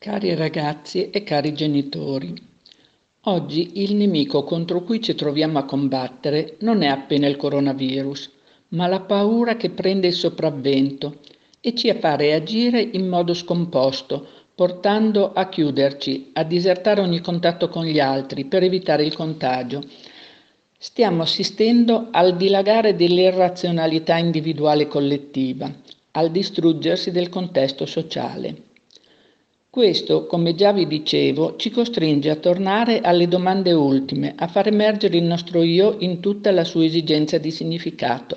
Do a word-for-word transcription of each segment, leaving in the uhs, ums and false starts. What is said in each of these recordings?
Cari ragazzi e cari genitori, oggi il nemico contro cui ci troviamo a combattere non è appena il coronavirus, ma la paura che prende il sopravvento e ci fa reagire in modo scomposto, portando a chiuderci, a disertare ogni contatto con gli altri per evitare il contagio. Stiamo assistendo al dilagare dell'irrazionalità individuale e collettiva, al distruggersi del contesto sociale. Questo, come già vi dicevo, ci costringe a tornare alle domande ultime, a far emergere il nostro io in tutta la sua esigenza di significato.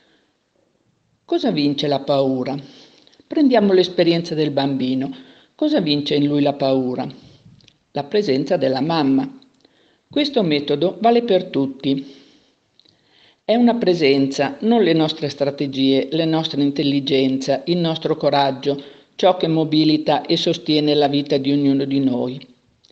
Cosa vince la paura? Prendiamo l'esperienza del bambino. Cosa vince in lui la paura? La presenza della mamma. Questo metodo vale per tutti. È una presenza, non le nostre strategie, la nostra intelligenza, il nostro coraggio, ciò che mobilita e sostiene la vita di ognuno di noi.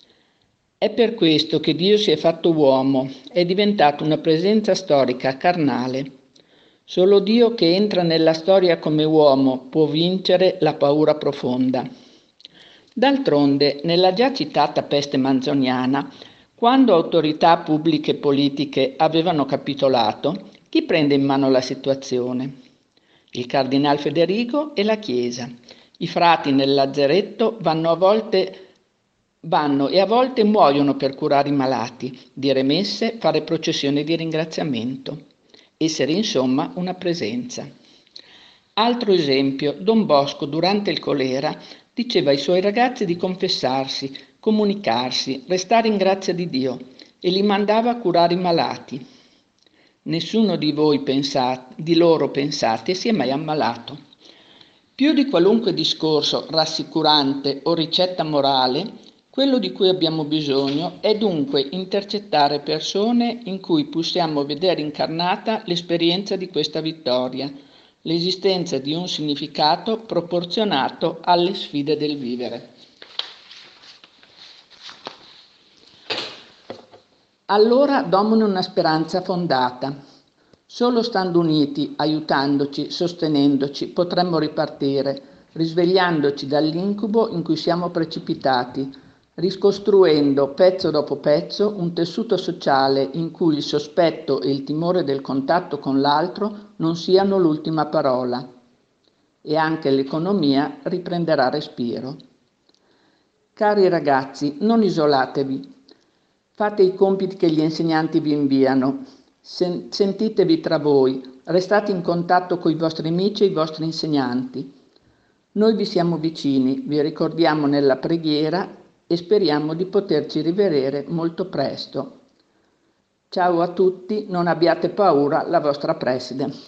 È per questo che Dio si è fatto uomo, è diventato una presenza storica carnale. Solo Dio che entra nella storia come uomo può vincere la paura profonda. D'altronde, nella già citata peste manzoniana, quando autorità pubbliche e politiche avevano capitolato, chi prende in mano la situazione? Il cardinal Federigo e la Chiesa. I frati nel lazzeretto vanno a volte vanno e a volte muoiono per curare i malati, dire messe, fare processioni di ringraziamento, essere insomma una presenza. Altro esempio, Don Bosco durante il colera diceva ai suoi ragazzi di confessarsi, comunicarsi, restare in grazia di Dio e li mandava a curare i malati. Nessuno di voi pensate, di loro pensate si è mai ammalato. Più di qualunque discorso rassicurante o ricetta morale, quello di cui abbiamo bisogno è dunque intercettare persone in cui possiamo vedere incarnata l'esperienza di questa vittoria, l'esistenza di un significato proporzionato alle sfide del vivere. Allora domina una speranza fondata. Solo stando uniti, aiutandoci, sostenendoci, potremmo ripartire, risvegliandoci dall'incubo in cui siamo precipitati, ricostruendo pezzo dopo pezzo un tessuto sociale in cui il sospetto e il timore del contatto con l'altro non siano l'ultima parola. E anche l'economia riprenderà respiro. Cari ragazzi, non isolatevi. Fate i compiti che gli insegnanti vi inviano. Sen- sentitevi tra voi, restate in contatto con i vostri amici e i vostri insegnanti. Noi vi siamo vicini, vi ricordiamo nella preghiera e speriamo di poterci rivedere molto presto. Ciao a tutti, non abbiate paura, la vostra preside.